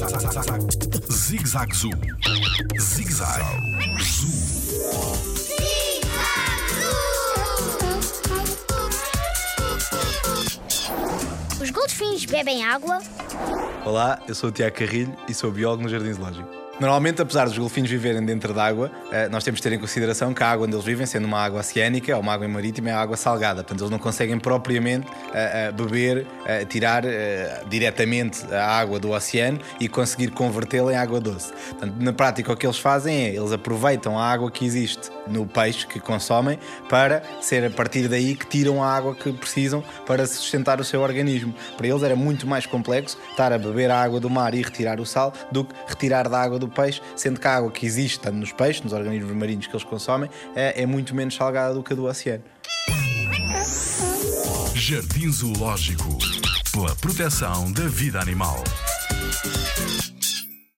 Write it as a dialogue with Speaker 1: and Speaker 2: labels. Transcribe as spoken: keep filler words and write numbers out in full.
Speaker 1: Zig-Zag Zoo. Zig-Zag Zoo.
Speaker 2: Os golfinhos bebem água?
Speaker 3: Olá, eu sou o Tiago Carrilho e sou biólogo no Jardim Zoológico. Normalmente, apesar dos golfinhos viverem dentro da água, nós temos de ter em consideração que a água onde eles vivem, sendo uma água oceânica ou uma água marítima, é água salgada. Portanto, eles não conseguem propriamente beber, tirar diretamente a água do oceano e conseguir convertê-la em água doce. Portanto, na prática, o que eles fazem é, eles aproveitam a água que existe no peixe que consomem para ser a partir daí que tiram a água que precisam para sustentar o seu organismo. Para eles era muito mais complexo estar a beber a água do mar e retirar o sal do que retirar da água do peixe, sendo que a água que existe tanto nos peixes, nos organismos marinhos que eles consomem, é, é muito menos salgada do que a do oceano.
Speaker 1: Jardim Zoológico, pela proteção da vida animal.